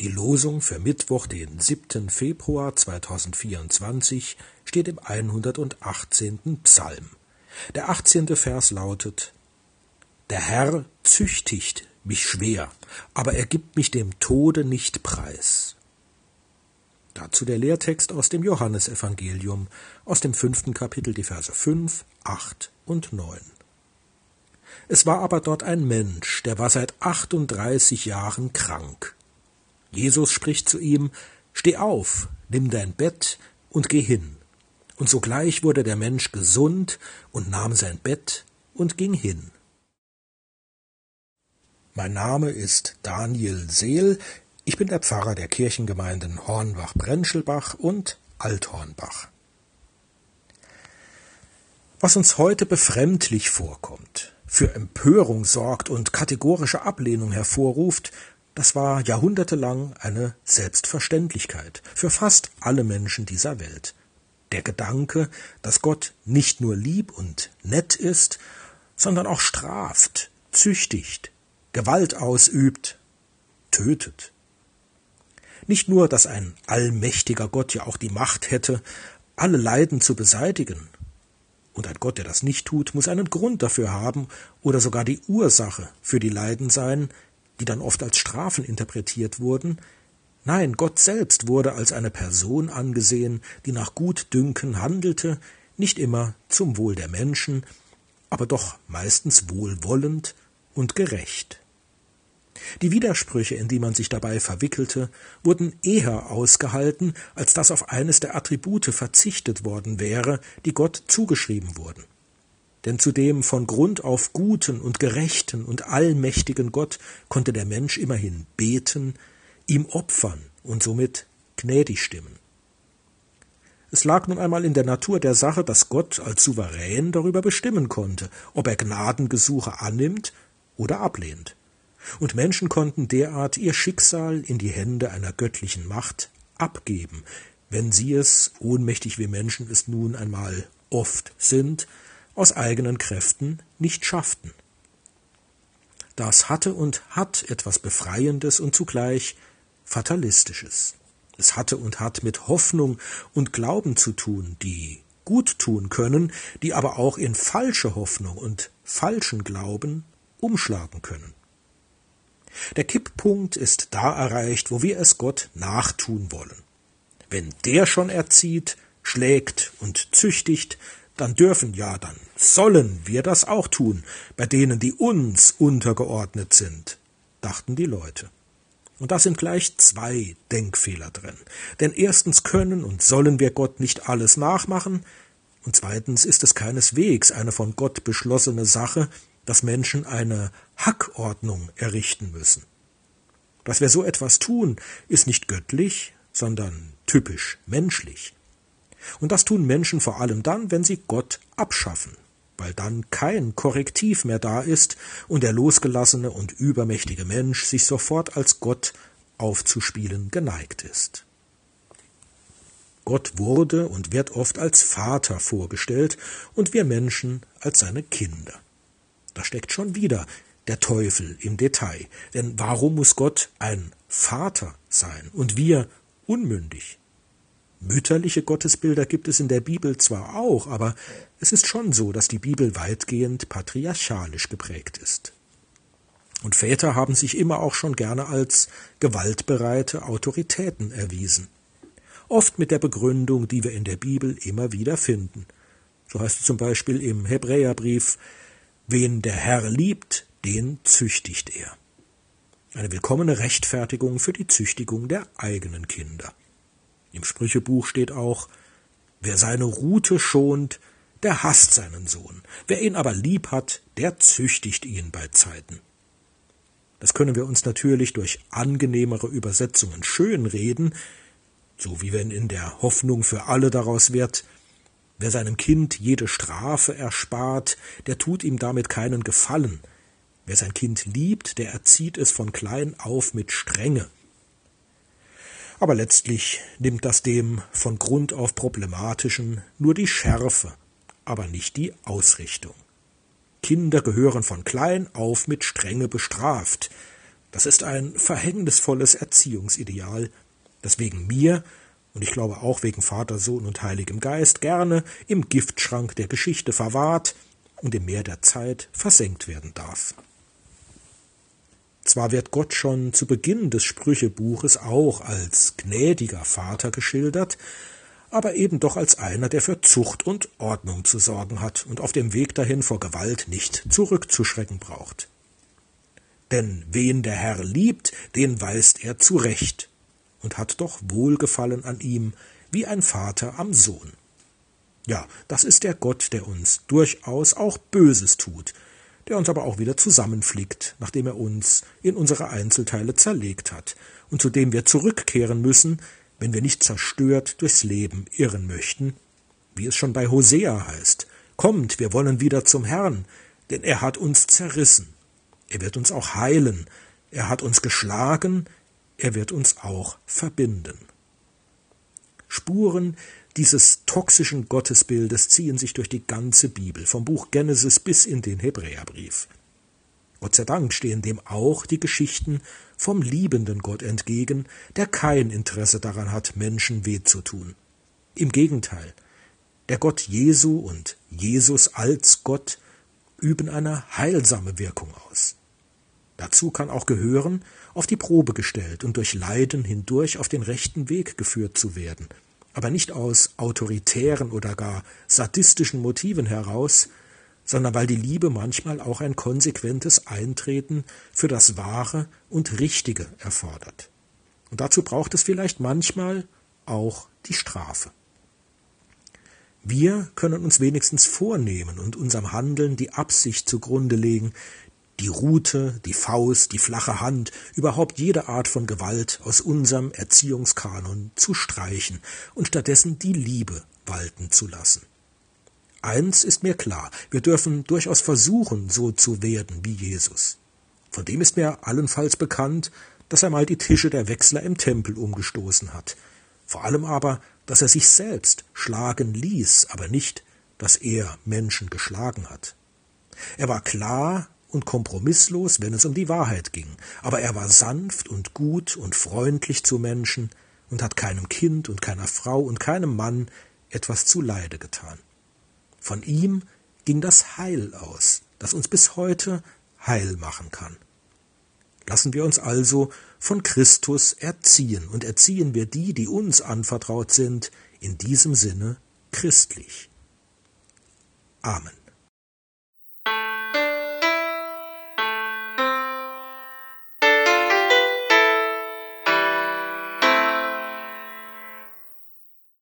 Die Losung für Mittwoch, den 7. Februar 2024, steht im 118. Psalm. Der 18. Vers lautet: Der Herr züchtigt mich schwer, aber er gibt mich dem Tode nicht preis. Dazu der Lehrtext aus dem Johannesevangelium, aus dem 5. Kapitel, die Verse 5, 8 und 9. Es war aber dort ein Mensch, der war seit 38 Jahren krank. Jesus spricht zu ihm: Steh auf, nimm dein Bett und geh hin. Und sogleich wurde der Mensch gesund und nahm sein Bett und ging hin. Mein Name ist Daniel Seel. Ich bin der Pfarrer der Kirchengemeinden Hornbach-Brenschelbach und Althornbach. Was uns heute befremdlich vorkommt, für Empörung sorgt und kategorische Ablehnung hervorruft, das war jahrhundertelang eine Selbstverständlichkeit für fast alle Menschen dieser Welt. Der Gedanke, dass Gott nicht nur lieb und nett ist, sondern auch straft, züchtigt, Gewalt ausübt, tötet. Nicht nur, dass ein allmächtiger Gott ja auch die Macht hätte, alle Leiden zu beseitigen. Und ein Gott, der das nicht tut, muss einen Grund dafür haben oder sogar die Ursache für die Leiden sein, die dann oft als Strafen interpretiert wurden. Nein, Gott selbst wurde als eine Person angesehen, die nach Gutdünken handelte, nicht immer zum Wohl der Menschen, aber doch meistens wohlwollend und gerecht. Die Widersprüche, in die man sich dabei verwickelte, wurden eher ausgehalten, als dass auf eines der Attribute verzichtet worden wäre, die Gott zugeschrieben wurden. Denn zu dem von Grund auf guten und gerechten und allmächtigen Gott konnte der Mensch immerhin beten, ihm opfern und somit gnädig stimmen. Es lag nun einmal in der Natur der Sache, dass Gott als Souverän darüber bestimmen konnte, ob er Gnadengesuche annimmt oder ablehnt. Und Menschen konnten derart ihr Schicksal in die Hände einer göttlichen Macht abgeben, wenn sie es, ohnmächtig wie Menschen es nun einmal oft sind, aus eigenen Kräften nicht schafften. Das hatte und hat etwas Befreiendes und zugleich Fatalistisches. Es hatte und hat mit Hoffnung und Glauben zu tun, die gut tun können, die aber auch in falsche Hoffnung und falschen Glauben umschlagen können. Der Kipppunkt ist da erreicht, wo wir es Gott nachtun wollen. Wenn der schon erzieht, schlägt und züchtigt, dann sollen wir das auch tun, bei denen, die uns untergeordnet sind, dachten die Leute. Und da sind gleich zwei Denkfehler drin. Denn erstens können und sollen wir Gott nicht alles nachmachen, und zweitens ist es keineswegs eine von Gott beschlossene Sache, dass Menschen eine Hackordnung errichten müssen. Dass wir so etwas tun, ist nicht göttlich, sondern typisch menschlich. Und das tun Menschen vor allem dann, wenn sie Gott abschaffen, weil dann kein Korrektiv mehr da ist und der losgelassene und übermächtige Mensch sich sofort als Gott aufzuspielen geneigt ist. Gott wurde und wird oft als Vater vorgestellt und wir Menschen als seine Kinder. Da steckt schon wieder der Teufel im Detail. Denn warum muss Gott ein Vater sein und wir unmündig? Mütterliche Gottesbilder gibt es in der Bibel zwar auch, aber es ist schon so, dass die Bibel weitgehend patriarchalisch geprägt ist. Und Väter haben sich immer auch schon gerne als gewaltbereite Autoritäten erwiesen. Oft mit der Begründung, die wir in der Bibel immer wieder finden. So heißt es zum Beispiel im Hebräerbrief: Wen der Herr liebt, den züchtigt er. Eine willkommene Rechtfertigung für die Züchtigung der eigenen Kinder. Im Sprüchebuch steht auch: Wer seine Rute schont, der hasst seinen Sohn. Wer ihn aber lieb hat, der züchtigt ihn bei Zeiten. Das können wir uns natürlich durch angenehmere Übersetzungen schönreden, so wie wenn in der Hoffnung für alle daraus wird: Wer seinem Kind jede Strafe erspart, der tut ihm damit keinen Gefallen. Wer sein Kind liebt, der erzieht es von klein auf mit Strenge. Aber letztlich nimmt das dem von Grund auf Problematischen nur die Schärfe, aber nicht die Ausrichtung. Kinder gehören von klein auf mit Strenge bestraft. Das ist ein verhängnisvolles Erziehungsideal, das wegen mir, und ich glaube auch wegen Vater, Sohn und Heiligem Geist, gerne im Giftschrank der Geschichte verwahrt und im Meer der Zeit versenkt werden darf. Zwar wird Gott schon zu Beginn des Sprüchebuches auch als gnädiger Vater geschildert, aber eben doch als einer, der für Zucht und Ordnung zu sorgen hat und auf dem Weg dahin vor Gewalt nicht zurückzuschrecken braucht. Denn wen der Herr liebt, den weist er zurecht und hat doch Wohlgefallen an ihm, wie ein Vater am Sohn. Ja, das ist der Gott, der uns durchaus auch Böses tut, der uns aber auch wieder zusammenflickt, nachdem er uns in unsere Einzelteile zerlegt hat und zu dem wir zurückkehren müssen, wenn wir nicht zerstört durchs Leben irren möchten, wie es schon bei Hosea heißt: Kommt, wir wollen wieder zum Herrn, denn er hat uns zerrissen. Er wird uns auch heilen, er hat uns geschlagen, er wird uns auch verbinden. Spuren dieses toxischen Gottesbildes ziehen sich durch die ganze Bibel, vom Buch Genesis bis in den Hebräerbrief. Gott sei Dank stehen dem auch die Geschichten vom liebenden Gott entgegen, der kein Interesse daran hat, Menschen weh zu tun. Im Gegenteil, der Gott Jesu und Jesus als Gott üben eine heilsame Wirkung aus. Dazu kann auch gehören, auf die Probe gestellt und durch Leiden hindurch auf den rechten Weg geführt zu werden, aber nicht aus autoritären oder gar sadistischen Motiven heraus, sondern weil die Liebe manchmal auch ein konsequentes Eintreten für das Wahre und Richtige erfordert. Und dazu braucht es vielleicht manchmal auch die Strafe. Wir können uns wenigstens vornehmen und unserem Handeln die Absicht zugrunde legen, die Rute, die Faust, die flache Hand, überhaupt jede Art von Gewalt aus unserem Erziehungskanon zu streichen und stattdessen die Liebe walten zu lassen. Eins ist mir klar, wir dürfen durchaus versuchen, so zu werden wie Jesus. Von dem ist mir allenfalls bekannt, dass er mal die Tische der Wechsler im Tempel umgestoßen hat. Vor allem aber, dass er sich selbst schlagen ließ, aber nicht, dass er Menschen geschlagen hat. Er war klar und kompromisslos, wenn es um die Wahrheit ging, aber er war sanft und gut und freundlich zu Menschen und hat keinem Kind und keiner Frau und keinem Mann etwas zuleide getan. Von ihm ging das Heil aus, das uns bis heute heil machen kann. Lassen wir uns also von Christus erziehen und erziehen wir die, die uns anvertraut sind, in diesem Sinne christlich. Amen.